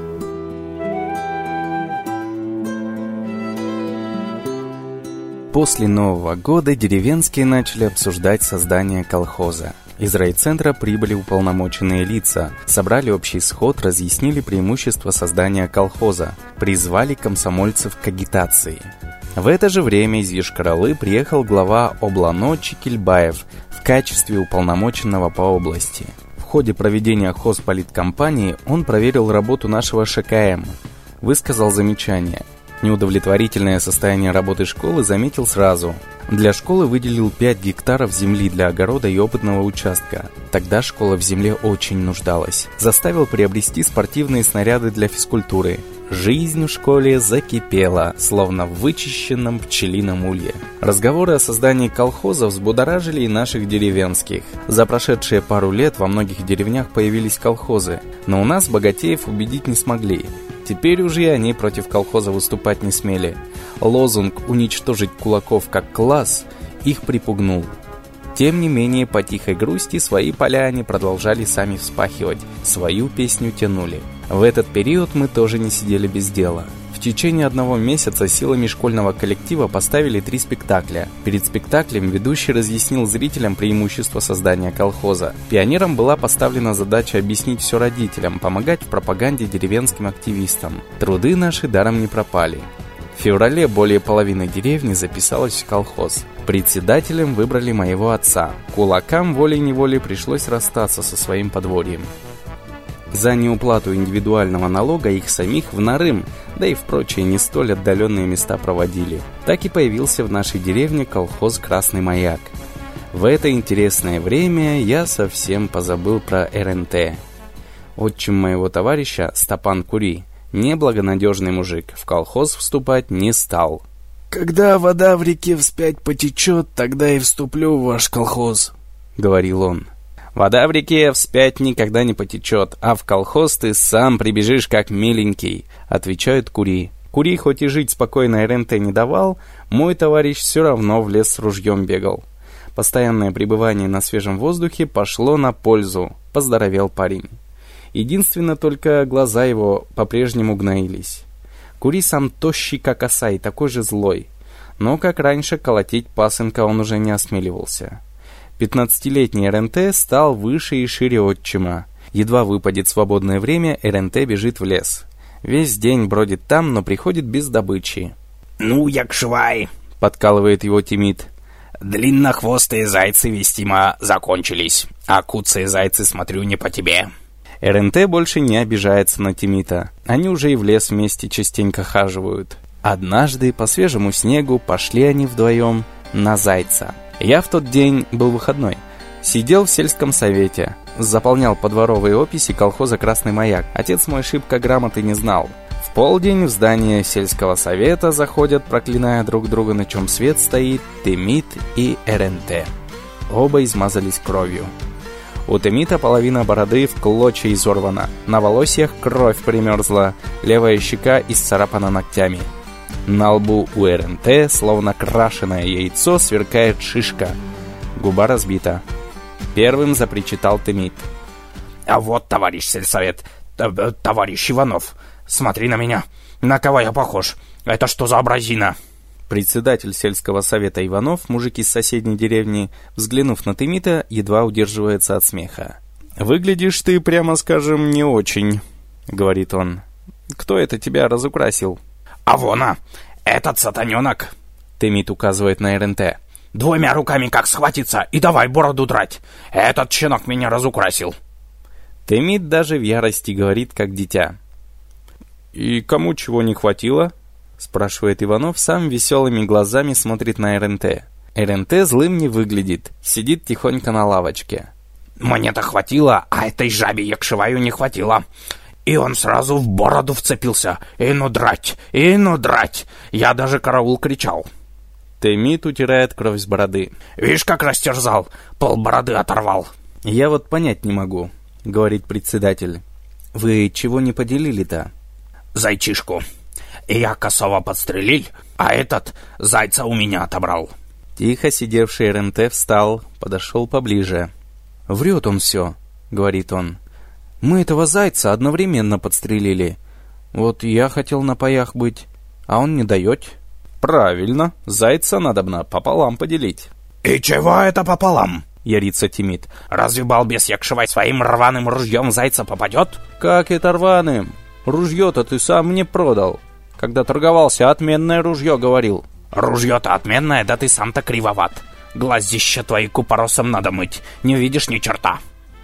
После Нового года деревенские начали обсуждать создание колхоза. Из райцентра прибыли уполномоченные лица, собрали общий сход, разъяснили преимущества создания колхоза, призвали комсомольцев к агитации. В это же время из Йошкар-Олы приехал глава облано Чикельбаев в качестве уполномоченного по области. В ходе проведения хозполиткомпании он проверил работу нашего ШКМ, высказал замечания. Неудовлетворительное состояние работы школы заметил сразу. Для школы выделил 5 гектаров земли для огорода и опытного участка. Тогда школа в земле очень нуждалась. Заставил приобрести спортивные снаряды для физкультуры. Жизнь в школе закипела, словно в вычищенном пчелином улье. Разговоры о создании колхоза взбудоражили и наших деревенских. За прошедшие пару лет во многих деревнях появились колхозы, но у нас богатеев убедить не смогли. Теперь уже и они против колхоза выступать не смели. Лозунг «уничтожить кулаков как класс» их припугнул. Тем не менее, по тихой грусти свои поля они продолжали сами вспахивать, свою песню тянули. В этот период мы тоже не сидели без дела. В течение 1 месяца силами школьного коллектива поставили 3 спектакля. Перед спектаклем ведущий разъяснил зрителям преимущества создания колхоза. Пионерам была поставлена задача объяснить все родителям, помогать в пропаганде деревенским активистам. Труды наши даром не пропали. В феврале более половины деревни записалась в колхоз. Председателем выбрали моего отца. Кулакам волей-неволей пришлось расстаться со своим подворьем. За неуплату индивидуального налога их самих в Нарым, да и в прочие не столь отдаленные места проводили. Так и появился в нашей деревне колхоз «Красный маяк». В это интересное время я совсем позабыл про РНТ. Отчим моего товарища, Стапан Кури, неблагонадежный мужик, в колхоз вступать не стал. «Когда вода в реке вспять потечет, тогда и вступлю в ваш колхоз», — говорил он. «Вода в реке вспять никогда не потечет, а в колхоз ты сам прибежишь как миленький», — отвечает Кури. Кури хоть и жить спокойно РНТ не давал, мой товарищ все равно в лес с ружьем бегал. Постоянное пребывание на свежем воздухе пошло на пользу, поздоровел парень. Единственно только глаза его по-прежнему гноились. Кури сам тощий как оса и такой же злой, но как раньше колотить пасынка он уже не осмеливался. 15-летний РНТ стал выше и шире отчима. Едва выпадет свободное время, РНТ бежит в лес. Весь день бродит там, но приходит без добычи. «Ну, як швай!» — подкалывает его Темит. «Длиннохвостые зайцы вестимо закончились, а куцые зайцы, смотрю, не по тебе». РНТ больше не обижается на Темита. Они уже и в лес вместе частенько хаживают. Однажды по свежему снегу пошли они вдвоем на зайца. Я в тот день был выходной. Сидел в сельском совете, заполнял подворовые описи колхоза «Красный маяк». Отец мой шибко грамоты не знал. В полдень в здание сельского совета заходят, проклиная друг друга, на чем свет стоит, Темит и РНТ. Оба измазались кровью. У Темита половина бороды в клочья изорвана, на волосьях кровь примерзла, левая щека исцарапана ногтями. На лбу у РНТ, словно крашеное яйцо, сверкает шишка. Губа разбита. Первым запричитал Темит. «А вот, товарищ сельсовет, товарищ Иванов, смотри на меня. На кого я похож? Это что за образина?» Председатель сельского совета Иванов, мужик из соседней деревни, взглянув на Темита, едва удерживается от смеха. «Выглядишь ты, прямо скажем, не очень», — говорит он. «Кто это тебя разукрасил?» «А вон, этот сатаненок!» Темит указывает на РНТ. «Двумя руками как схватиться и давай бороду драть! Этот щенок меня разукрасил!» Темит даже в ярости говорит, как дитя. «И кому чего не хватило?» — спрашивает Иванов, сам веселыми глазами смотрит на РНТ. РНТ злым не выглядит, сидит тихонько на лавочке. «Мне-то хватило, а этой жабе Якшеваю не хватило. И он сразу в бороду вцепился. И ну драть! Я даже караул кричал!» Темит утирает кровь с бороды. «Видишь, как растерзал, полбороды оторвал!» «Я вот понять не могу», — говорит председатель. «Вы чего не поделили-то?» «Зайчишку. Я косово подстрелил, а этот зайца у меня отобрал». Тихо сидевший РНТ встал, подошел поближе. «Врет он все», — говорит он. «Мы этого зайца одновременно подстрелили. Вот я хотел на паях быть, а он не дает». «Правильно, зайца надобно пополам поделить». «И чего это пополам?» — ярится Темит. «Разве балбес Якшевай своим рваным ружьем зайца попадет?» «Как это рваным? Ружье-то ты сам мне продал. Когда торговался, отменное ружье говорил». «Ружье-то отменное, да ты сам-то кривоват. Глазища твои купоросом надо мыть, не видишь ни черта».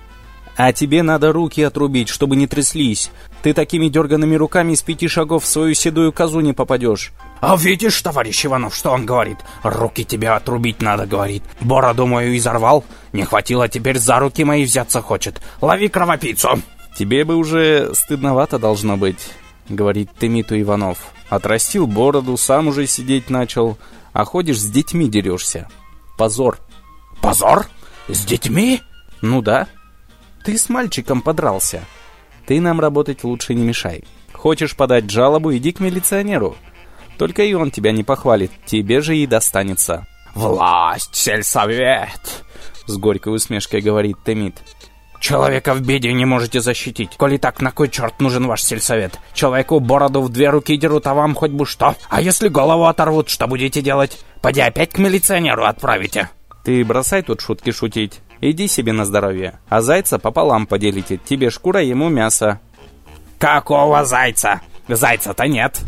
«А тебе надо руки отрубить, чтобы не тряслись. Ты такими дерганными руками с 5 шагов в свою седую козу не попадешь». «А видишь, товарищ Иванов, что он говорит? Руки тебе отрубить надо, говорит. Бороду мою изорвал, не хватило, теперь за руки мои взяться хочет. Лови кровопийцу!» «Тебе бы уже стыдновато должно быть», — говорит Темиту Иванов. «Отрастил бороду, сам уже сидеть начал, а ходишь с детьми дерешься. Позор». «Позор? С детьми?» «Ну да. Ты с мальчиком подрался. Ты нам работать лучше не мешай. Хочешь подать жалобу, иди к милиционеру. Только и он тебя не похвалит, тебе же и достанется». «Власть, сельсовет!» — с горькой усмешкой говорит Темит. «Человека в беде не можете защитить. Коли так, на кой черт нужен ваш сельсовет? Человеку бороду в 2 руки дерут, а вам хоть бы что. А если голову оторвут, что будете делать? Поди опять к милиционеру отправите». «Ты бросай тут шутки шутить. Иди себе на здоровье. А зайца пополам поделите. Тебе шкура, ему мясо». «Какого зайца? Зайца-то нет!»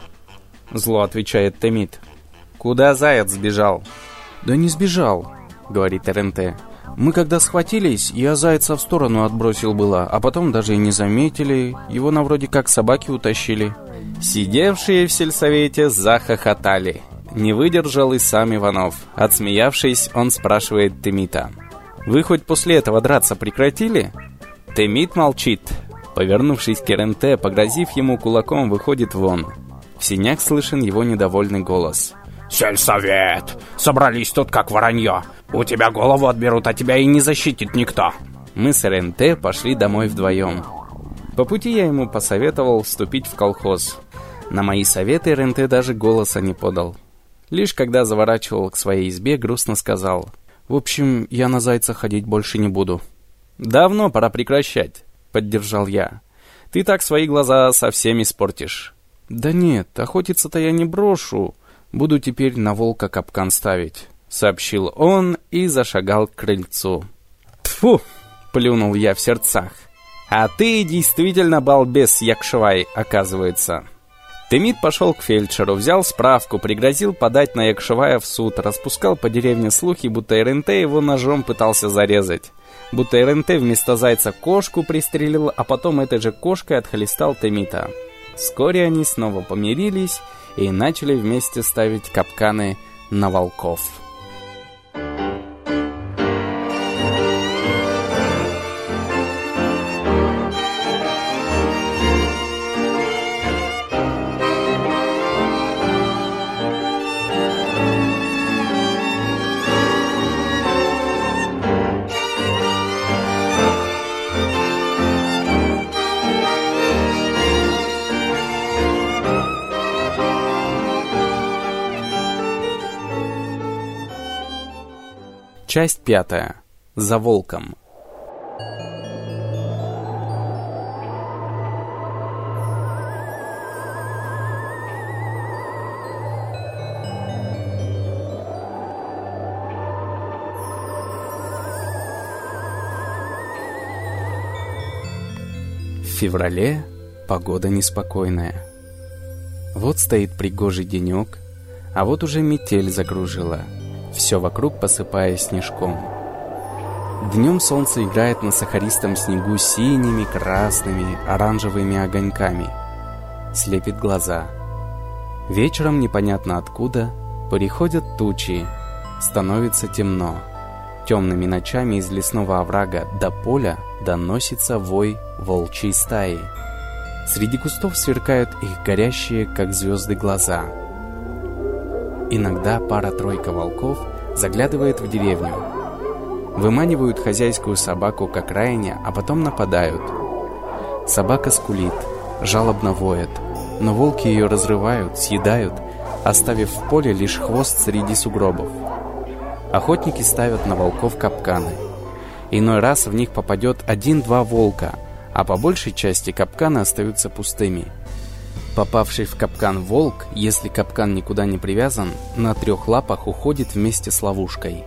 Зло отвечает Темит. «Куда заяц сбежал?» «Да не сбежал», говорит РНТ. «Мы когда схватились, я зайца в сторону отбросил было, а потом даже и не заметили. Его на вроде как собаки утащили». Сидевшие в сельсовете захохотали. Не выдержал и сам Иванов. Отсмеявшись, он спрашивает Темита. «Вы хоть после этого драться прекратили?» Темит молчит. Повернувшись к РНТ, погрозив ему кулаком, выходит вон. В сенях слышен его недовольный голос. «Сельсовет! Собрались тут как воронье. У тебя голову отберут, а тебя и не защитит никто». Мы с РНТ пошли домой вдвоем. По пути я ему посоветовал вступить в колхоз. На мои советы РНТ даже голоса не подал. Лишь когда заворачивал к своей избе, грустно сказал: «В общем, я на зайца ходить больше не буду». «Давно пора прекращать», — поддержал я. «Ты так свои глаза совсем испортишь». «Да нет, охотиться-то я не брошу. Буду теперь на волка капкан ставить», — сообщил он и зашагал к крыльцу. «Тьфу!» — плюнул я в сердцах. «А ты действительно балбес, Якшевай, оказывается». Темит пошел к фельдшеру, взял справку, пригрозил подать на Якшевая в суд, распускал по деревне слухи, будто РНТ его ножом пытался зарезать. Будто РНТ вместо зайца кошку пристрелил, а потом этой же кошкой отхлестал Темита. Вскоре они снова помирились и начали вместе ставить капканы на волков. Часть 5. За волком. феврале погода неспокойная. Вот стоит пригожий денек, а вот уже метель закружила, все вокруг посыпая снежком. Днем солнце играет на сахаристом снегу синими, красными, оранжевыми огоньками. Слепит глаза. Вечером непонятно откуда приходят тучи, становится темно. Темными ночами из лесного оврага до поля доносится вой волчьей стаи. Среди кустов сверкают их горящие, как звезды, глаза. Иногда пара-тройка волков заглядывает в деревню. Выманивают хозяйскую собаку к окраине, а потом нападают. Собака скулит, жалобно воет, но волки ее разрывают, съедают, оставив в поле лишь хвост среди сугробов. Охотники ставят на волков капканы. Иной раз в них попадет 1-2 волка, а по большей части капканы остаются пустыми. Попавший в капкан волк, если капкан никуда не привязан, на 3 лапах уходит вместе с ловушкой.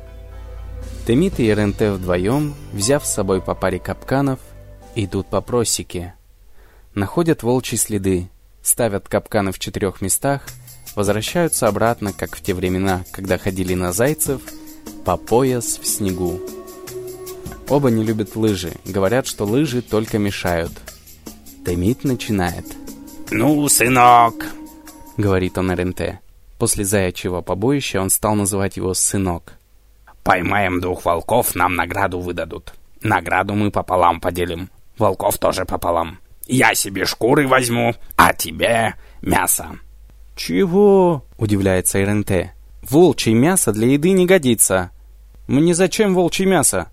Темит и РНТ вдвоем, взяв с собой по паре капканов, идут по просеке. Находят волчьи следы, ставят капканы в 4 местах, возвращаются обратно, как в те времена, когда ходили на зайцев, по пояс в снегу. Оба не любят лыжи, говорят, что лыжи только мешают. Темит начинает. «Ну, сынок», — говорит он РНТ. После заячьего побоища он стал называть его «сынок». «Поймаем 2 волков, нам награду выдадут. Награду мы пополам поделим. Волков тоже пополам. Я себе шкуры возьму, а тебе мясо». «Чего?» — удивляется РНТ. «Волчье мясо для еды не годится. Мне зачем волчье мясо?»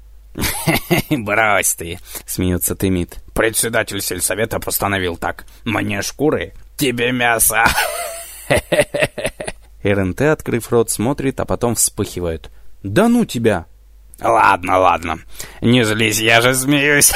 «Брось ты», — смеется Темит. «Председатель сельсовета постановил так. Мне шкуры, тебе мясо». РНТ, открыв рот, смотрит, а потом вспыхивает. «Да ну тебя!» Ладно, не злись, я же смеюсь.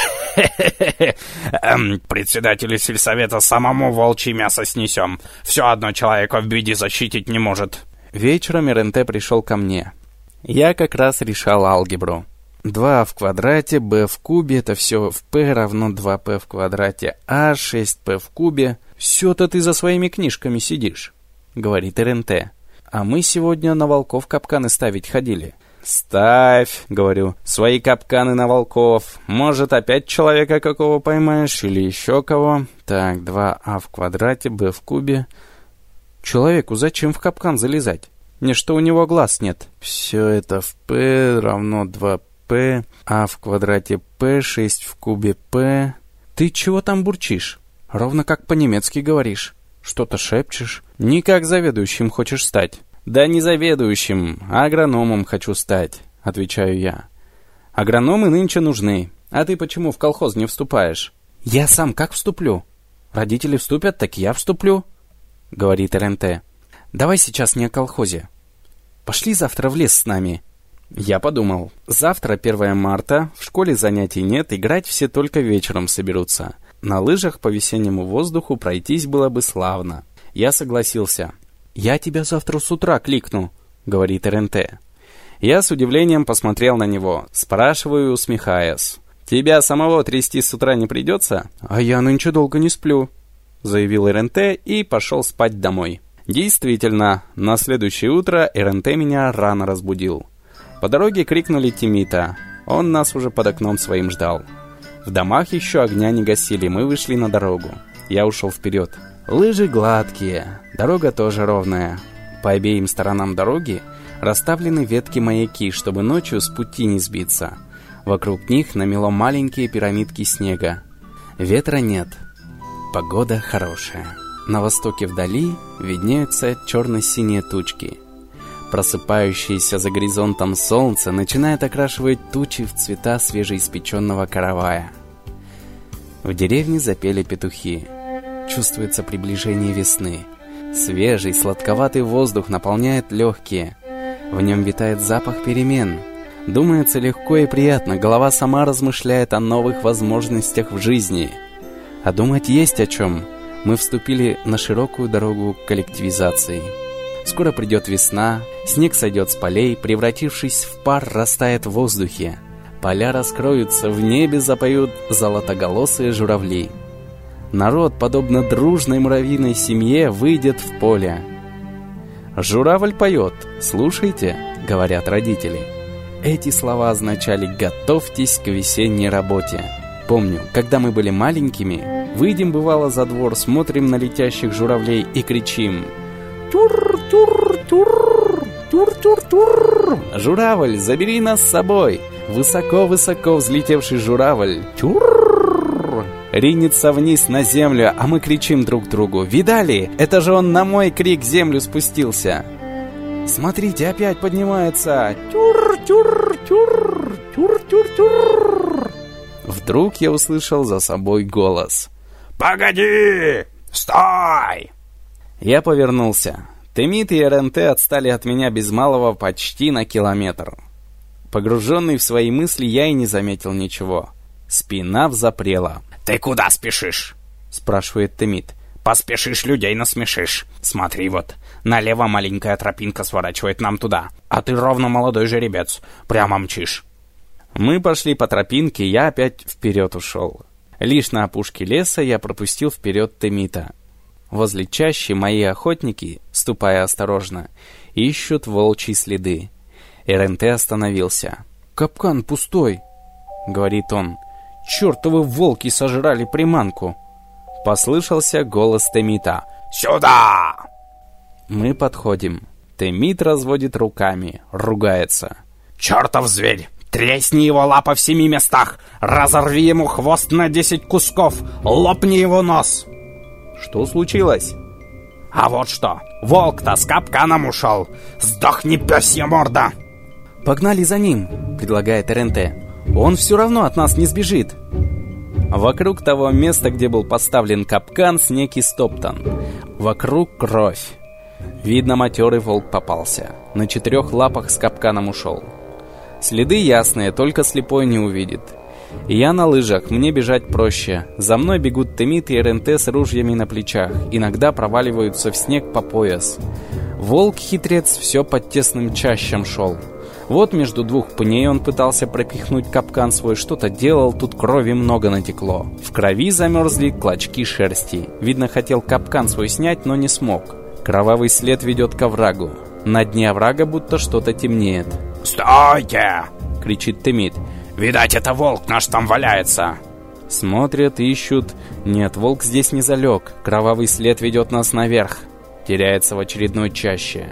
Председателю сельсовета самому волчье мясо снесем. Все одно человека в беде защитить не может. Вечером РНТ пришел ко мне. Я как раз решал алгебру. 2 в квадрате, b в кубе, это все в p равно 2p в квадрате, а 6p в кубе. Все-то ты за своими книжками сидишь, говорит РНТ. А мы сегодня на волков капканы ставить ходили. «Ставь, — говорю, — свои капканы на волков. Может, опять человека какого поймаешь или еще кого. Так, 2а в квадрате, b в кубе. Человеку зачем в капкан залезать? Не что у него глаз нет. Все это в p равно 2p, а в квадрате p, 6 в кубе p. Ты чего там бурчишь? Ровно как по-немецки говоришь. Что-то шепчешь. Не как заведующим хочешь стать». «Да не заведующим, а агрономом хочу стать», — отвечаю я. «Агрономы нынче нужны. А ты почему в колхоз не вступаешь?» «Я сам как вступлю? Родители вступят, так я вступлю», — говорит РНТ. «Давай сейчас не о колхозе. Пошли завтра в лес с нами». Я подумал. Завтра 1 марта, в школе занятий нет, играть все только вечером соберутся. На лыжах по весеннему воздуху пройтись было бы славно. Я согласился. «Я тебя завтра с утра кликну», — говорит РНТ. Я с удивлением посмотрел на него, спрашиваю, усмехаясь. «Тебя самого трясти с утра не придется?» «А я нынче долго не сплю», — заявил РНТ и пошел спать домой. Действительно, на следующее утро РНТ меня рано разбудил. По дороге крикнули Темита. Он нас уже под окном своим ждал. В домах еще огня не гасили, мы вышли на дорогу. Я ушел вперед. Лыжи гладкие, дорога тоже ровная. По обеим сторонам дороги расставлены ветки-маяки, чтобы ночью с пути не сбиться. Вокруг них намело маленькие пирамидки снега. Ветра нет. Погода хорошая. На востоке вдали виднеются черно-синие тучки. Просыпающееся за горизонтом солнце начинает окрашивать тучи в цвета свежеиспеченного каравая. В деревне запели петухи. Чувствуется приближение весны. Свежий, сладковатый воздух наполняет легкие. В нем витает запах перемен. Думается легко и приятно, голова сама размышляет о новых возможностях в жизни. А думать есть о чем. Мы вступили на широкую дорогу коллективизации. Скоро придет весна, снег сойдет с полей, превратившись в пар, растает в воздухе. Поля раскроются, в небе запоют золотоголосые журавли. Народ, подобно дружной муравьиной семье, выйдет в поле. «Журавль поет, слушайте», — говорят родители. Эти слова означали «готовьтесь к весенней работе». Помню, когда мы были маленькими, выйдем бывало за двор, смотрим на летящих журавлей и кричим: «Тур-тур-тур! Тур-тур-тур! Журавль, забери нас с собой!» Высоко-высоко взлетевший журавль «Тур!» ринется вниз на землю, а мы кричим друг другу: «Видали? Это же он на мой крик землю спустился!» Смотрите, опять поднимается! Тюр-тюр-тюр! Тюр-тюр-тюр! Вдруг я услышал за собой голос: «Погоди! Стой!» Я повернулся. Темит и РНТ отстали от меня без малого почти на километр. Погруженный в свои мысли, я и не заметил ничего. Спина взапрела. «Ты куда спешишь?» — спрашивает Темит. «Поспешишь, людей насмешишь. Смотри вот, налево маленькая тропинка сворачивает нам туда, а ты ровно молодой жеребец, прямо мчишь». Мы пошли по тропинке, я опять вперед ушел. Лишь на опушке леса я пропустил вперед Темита. Возле чащи мои охотники, ступая осторожно, ищут волчьи следы. РНТ остановился. «Капкан пустой», — говорит он. «Чертовы волки сожрали приманку». Послышался голос Темита. «Сюда!» Мы подходим. Темит разводит руками, ругается. «Чертов зверь! Тресни его лапа в 7 местах! Разорви ему хвост на 10 кусков! Лопни его нос!» «Что случилось?» «А вот что! Волк-то с капканом ушел! Сдохни, пёсья морда!» «Погнали за ним», — предлагает РНТ. «Он все равно от нас не сбежит». Вокруг того места, где был поставлен капкан, снег истоптан. Вокруг кровь. Видно, матерый волк попался. На 4 лапах с капканом ушел. Следы ясные, только слепой не увидит. Я на лыжах, мне бежать проще. За мной бегут Темит и РНТ с ружьями на плечах. Иногда проваливаются в снег по пояс. Волк-хитрец все под тесным чащем шел. Вот между 2 пней он пытался пропихнуть капкан свой, что-то делал, тут крови много натекло. В крови замерзли клочки шерсти. Видно, хотел капкан свой снять, но не смог. Кровавый след ведет к оврагу. На дне оврага будто что-то темнеет. «Стойте!» — кричит Темит. «Видать, это волк наш там валяется!» Смотрят, ищут. Нет, волк здесь не залег. Кровавый след ведет нас наверх. Теряется в очередной чаще.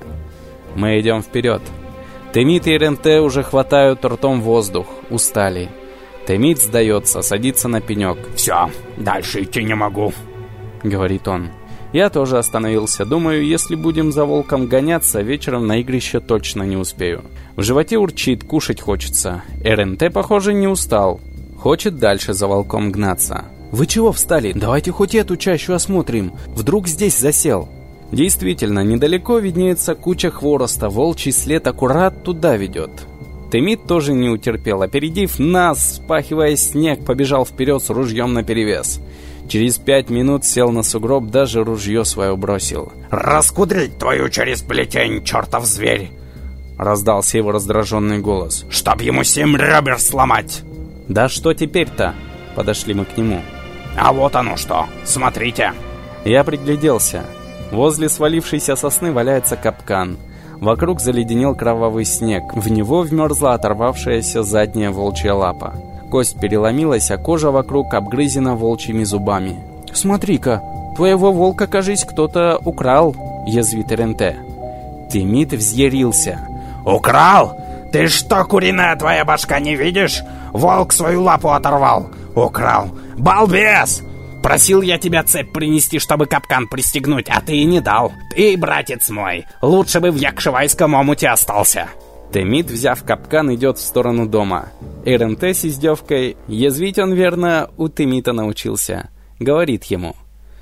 Мы идем вперед. Темит и РНТ уже хватают ртом воздух. Устали. Темит сдается, садится на пенек. «Все, дальше идти не могу», — говорит он. Я тоже остановился. Думаю, если будем за волком гоняться, вечером на игрище точно не успею. В животе урчит, кушать хочется. РНТ, похоже, не устал. Хочет дальше за волком гнаться. «Вы чего встали? Давайте хоть эту чащу осмотрим. Вдруг здесь засел». Действительно, недалеко виднеется куча хвороста. Волчий след аккурат туда ведет. Темит тоже не утерпел. Опередив нас, спахивая снег, побежал вперед с ружьем наперевес. Через 5 минут сел на сугроб, даже ружье свое бросил. «Раскудрить твою через плетень, чертов зверь!» Раздался его раздраженный голос. «Чтоб ему 7 ребер сломать!» «Да что теперь-то?» Подошли мы к нему. «А вот оно что! Смотрите!» Я пригляделся. Возле свалившейся сосны валяется капкан. Вокруг заледенел кровавый снег. В него вмерзла оторвавшаяся задняя волчья лапа. Кость переломилась, а кожа вокруг обгрызена волчьими зубами. «Смотри-ка, твоего волка, кажись, кто-то украл», — язвит РНТ. Темит взъярился. «Украл? Ты что, куриная твоя башка, не видишь? Волк свою лапу оторвал. Украл. Балбес! Просил я тебя цепь принести, чтобы капкан пристегнуть, а ты и не дал. Ты, братец мой, лучше бы в Якшевайском омуте остался». Темит, взяв капкан, идет в сторону дома. РНТ с издевкой, язвить он, верно, у Темита научился. Говорит ему: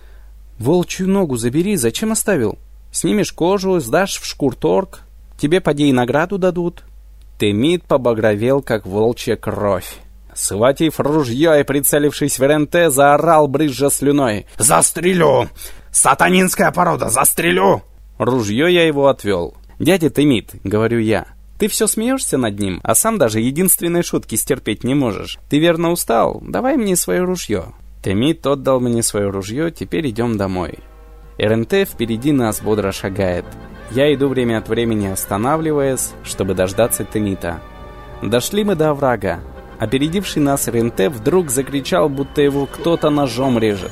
«Волчью ногу забери, зачем оставил? Снимешь кожу, сдашь в шкурторг, тебе поди и награду дадут». Темит побагровел, как волчья кровь. Схватив ружье и прицелившись в РНТ, заорал, брызжа слюной: «Застрелю! Сатанинская порода, застрелю!» Ружье я его отвел. «Дядя Темит, — говорю я, — Ты все смеешься над ним, а сам даже единственной шутки стерпеть не можешь. Ты верно устал? Давай мне свое ружье». Темит отдал мне свое ружье, теперь идем домой. РНТ впереди нас бодро шагает. Я иду время от времени, останавливаясь, чтобы дождаться Темита. Дошли мы до оврага. Опередивший нас РНТ вдруг закричал, будто его кто-то ножом режет.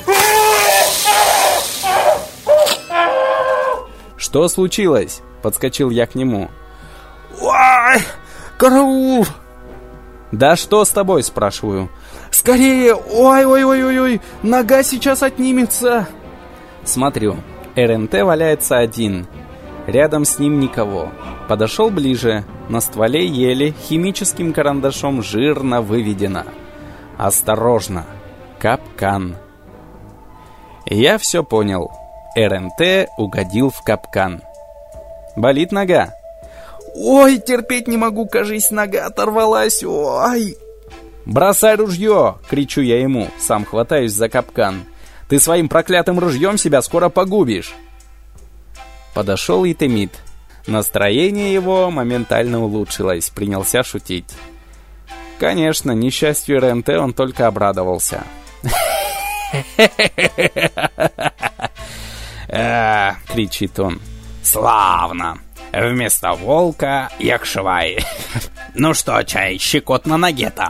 «Что случилось?» — подскочил я к нему. «Ой, караул!» «Да что с тобой?» — спрашиваю. «Скорее! Ой-ой-ой-ой! Нога сейчас отнимется!» Смотрю, РНТ валяется один. Рядом с ним никого. Подошел ближе. На стволе ели химическим карандашом жирно выведено: «Осторожно! Капкан!» Я все понял. РНТ угодил в капкан. «Болит нога?» «Ой, терпеть не могу, кажись, нога оторвалась! Ой!» «Бросай ружье!» — кричу я ему, сам хватаюсь за капкан. «Ты своим проклятым ружьем себя скоро погубишь!» Подошел и Темит. Настроение его моментально улучшилось, принялся шутить. Конечно, несчастью РНТ он только обрадовался. Кричит он. «Славно! Вместо волка якшвай. Ну что, чай, щекотно на ноге-то?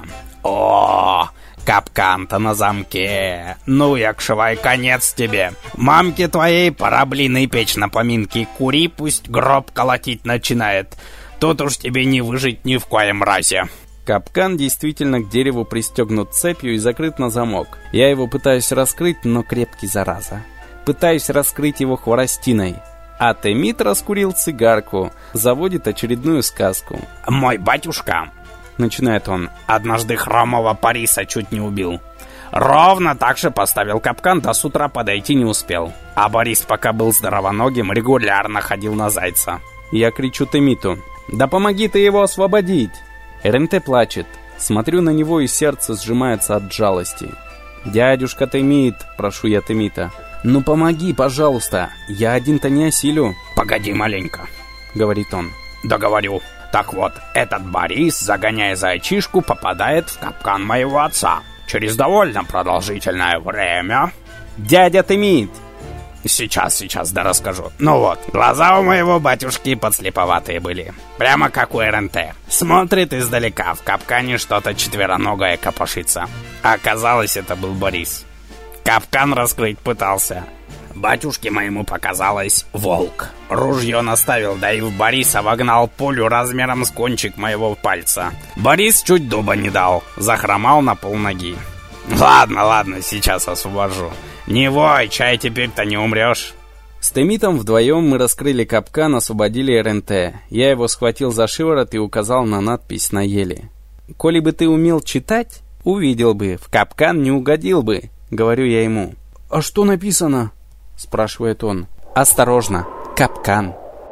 О, капкан-то на замке. Ну, якшвай, конец тебе. Мамке твоей пора блины печь на поминки. Кури, пусть гроб колотить начинает. Тут уж тебе не выжить ни в коем разе». Капкан действительно к дереву пристегнут цепью и закрыт на замок. Я его пытаюсь раскрыть, но крепкий, зараза. Пытаюсь раскрыть его хворостиной. А Темит раскурил цигарку, заводит очередную сказку. «Мой батюшка», — начинает он, — «однажды хромого Париса чуть не убил. Ровно так же поставил капкан, до с утра подойти не успел. А Борис, пока был здоровоногим, регулярно ходил на зайца». Я кричу Темиту: «Да помоги ты его освободить!» РНТ плачет. Смотрю на него, и сердце сжимается от жалости. «Дядюшка Темит», — прошу я Темита, — «ну помоги, пожалуйста, я один-то не осилю». «Погоди маленько», — говорит он. «Да говорю. Так вот, этот Борис, загоняя зайчишку, попадает в капкан моего отца. Через довольно продолжительное время...» «Дядя Темит!» Сейчас, да расскажу. Ну вот, глаза у моего батюшки подслеповатые были. Прямо как у РНТ. Смотрит издалека, в капкане что-то четвероногое копошится. А оказалось, это был Борис. Капкан раскрыть пытался. Батюшке моему показалось волк. Ружье наставил, да и в Бориса вогнал пулю размером с кончик моего пальца. Борис чуть дуба не дал, захромал на полноги. Ладно, сейчас освобожу. Не вой, чай, теперь-то не умрешь. С Темитом вдвоем мы раскрыли капкан, освободили РНТ. Я его схватил за шиворот и указал на надпись на еле. «Коли бы ты умел читать, увидел бы, в капкан не угодил бы», — говорю я ему. «А что написано?» — спрашивает он. «Осторожно, капкан».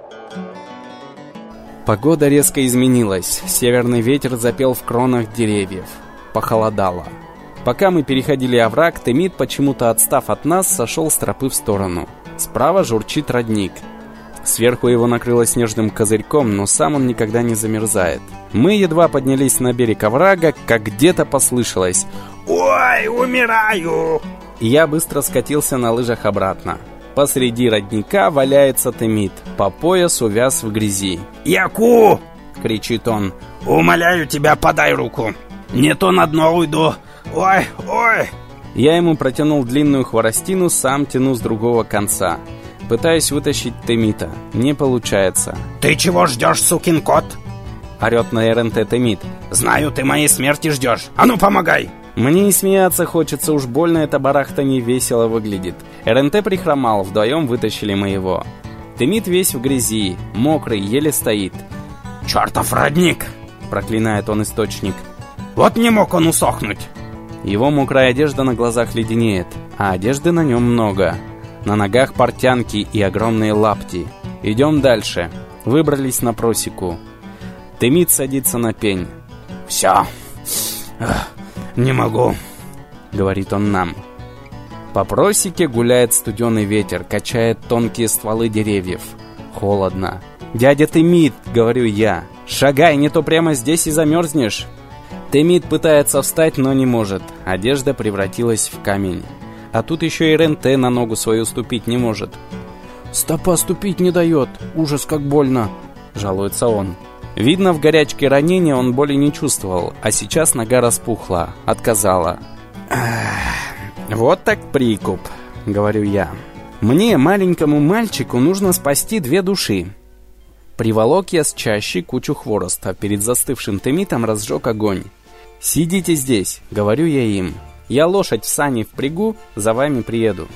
Погода резко изменилась. Северный ветер запел в кронах деревьев. Похолодало. Пока мы переходили овраг, Темит, почему-то отстав от нас, сошел с тропы в сторону. Справа журчит родник. Сверху его накрыло снежным козырьком, но сам он никогда не замерзает. Мы едва поднялись на берег оврага, как где-то послышалось: «Ой, умираю!» И я быстро скатился на лыжах обратно. Посреди родника валяется Темит, по пояс увяз в грязи. «Яку!» — кричит он. «Умоляю тебя, подай руку! Не то на дно уйду! Ой!» Я ему протянул длинную хворостину, сам тяну с другого конца. Пытаюсь вытащить Темита. Не получается. «Ты чего ждешь, сукин кот?» — орет на РНТ Темит. «Знаю, ты моей смерти ждешь. А ну, помогай!» Мне и смеяться хочется, уж больно эта барахта не весело выглядит. РНТ прихромал, вдвоем вытащили мы его. Темит весь в грязи, мокрый, еле стоит. «Чертов родник!» — проклинает он источник. «Вот не мог он усохнуть!» Его мокрая одежда на глазах леденеет, а одежды на нем много. На ногах портянки и огромные лапти. Идем дальше. Выбрались на просеку. Темит садится на пень. «Все, не могу», — говорит он нам. По просеке гуляет студеный ветер, качает тонкие стволы деревьев. Холодно. «Дядя Темит», — говорю я, — «шагай, не то прямо здесь и замерзнешь». Темит пытается встать, но не может. Одежда превратилась в камень. А тут еще и Ренте на ногу свою ступить не может. «Стопа ступить не дает, ужас как больно», — жалуется он. Видно, в горячке ранения он боли не чувствовал, а сейчас нога распухла, отказала. «Вот так прикуп», — говорю я. «Мне, маленькому мальчику, нужно спасти 2 души». Приволок я с чащи кучу хвороста, перед застывшим Темитом разжег огонь. «Сидите здесь», — говорю я им. «Я лошадь в сани впрягу, за вами приеду».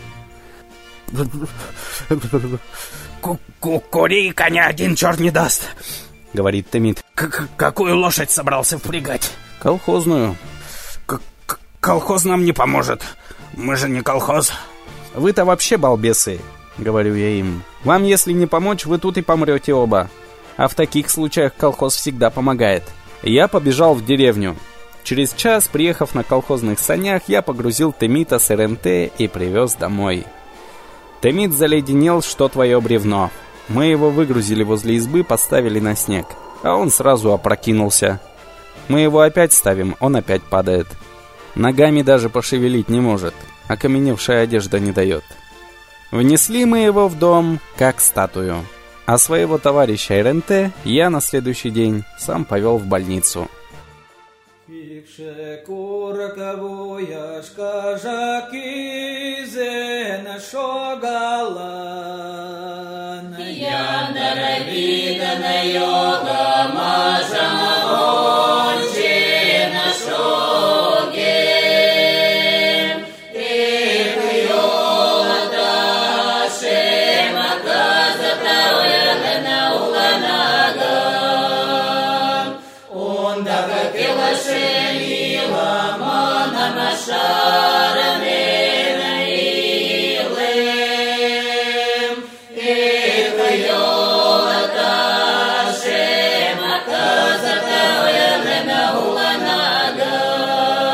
«Кури, коня один черт не даст», — говорит Темит. «Какую лошадь собрался впрягать?» «Колхозную». «Колхоз нам не поможет. Мы же не колхоз». «Вы-то вообще балбесы», — говорю я им. «Вам, если не помочь, вы тут и помрете оба. А в таких случаях колхоз всегда помогает». Я побежал в деревню. Через час, приехав на колхозных санях, я погрузил Темита с РНТ и привез домой. Темит заледенел, что твое бревно. Мы его выгрузили возле избы, поставили на снег. А он сразу опрокинулся. Мы его опять ставим, он опять падает. Ногами даже пошевелить не может. Окаменевшая одежда не дает. Внесли мы его в дом, как статую. А своего товарища РНТ я на следующий день сам повел в больницу.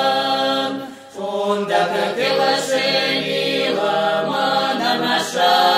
Шагай,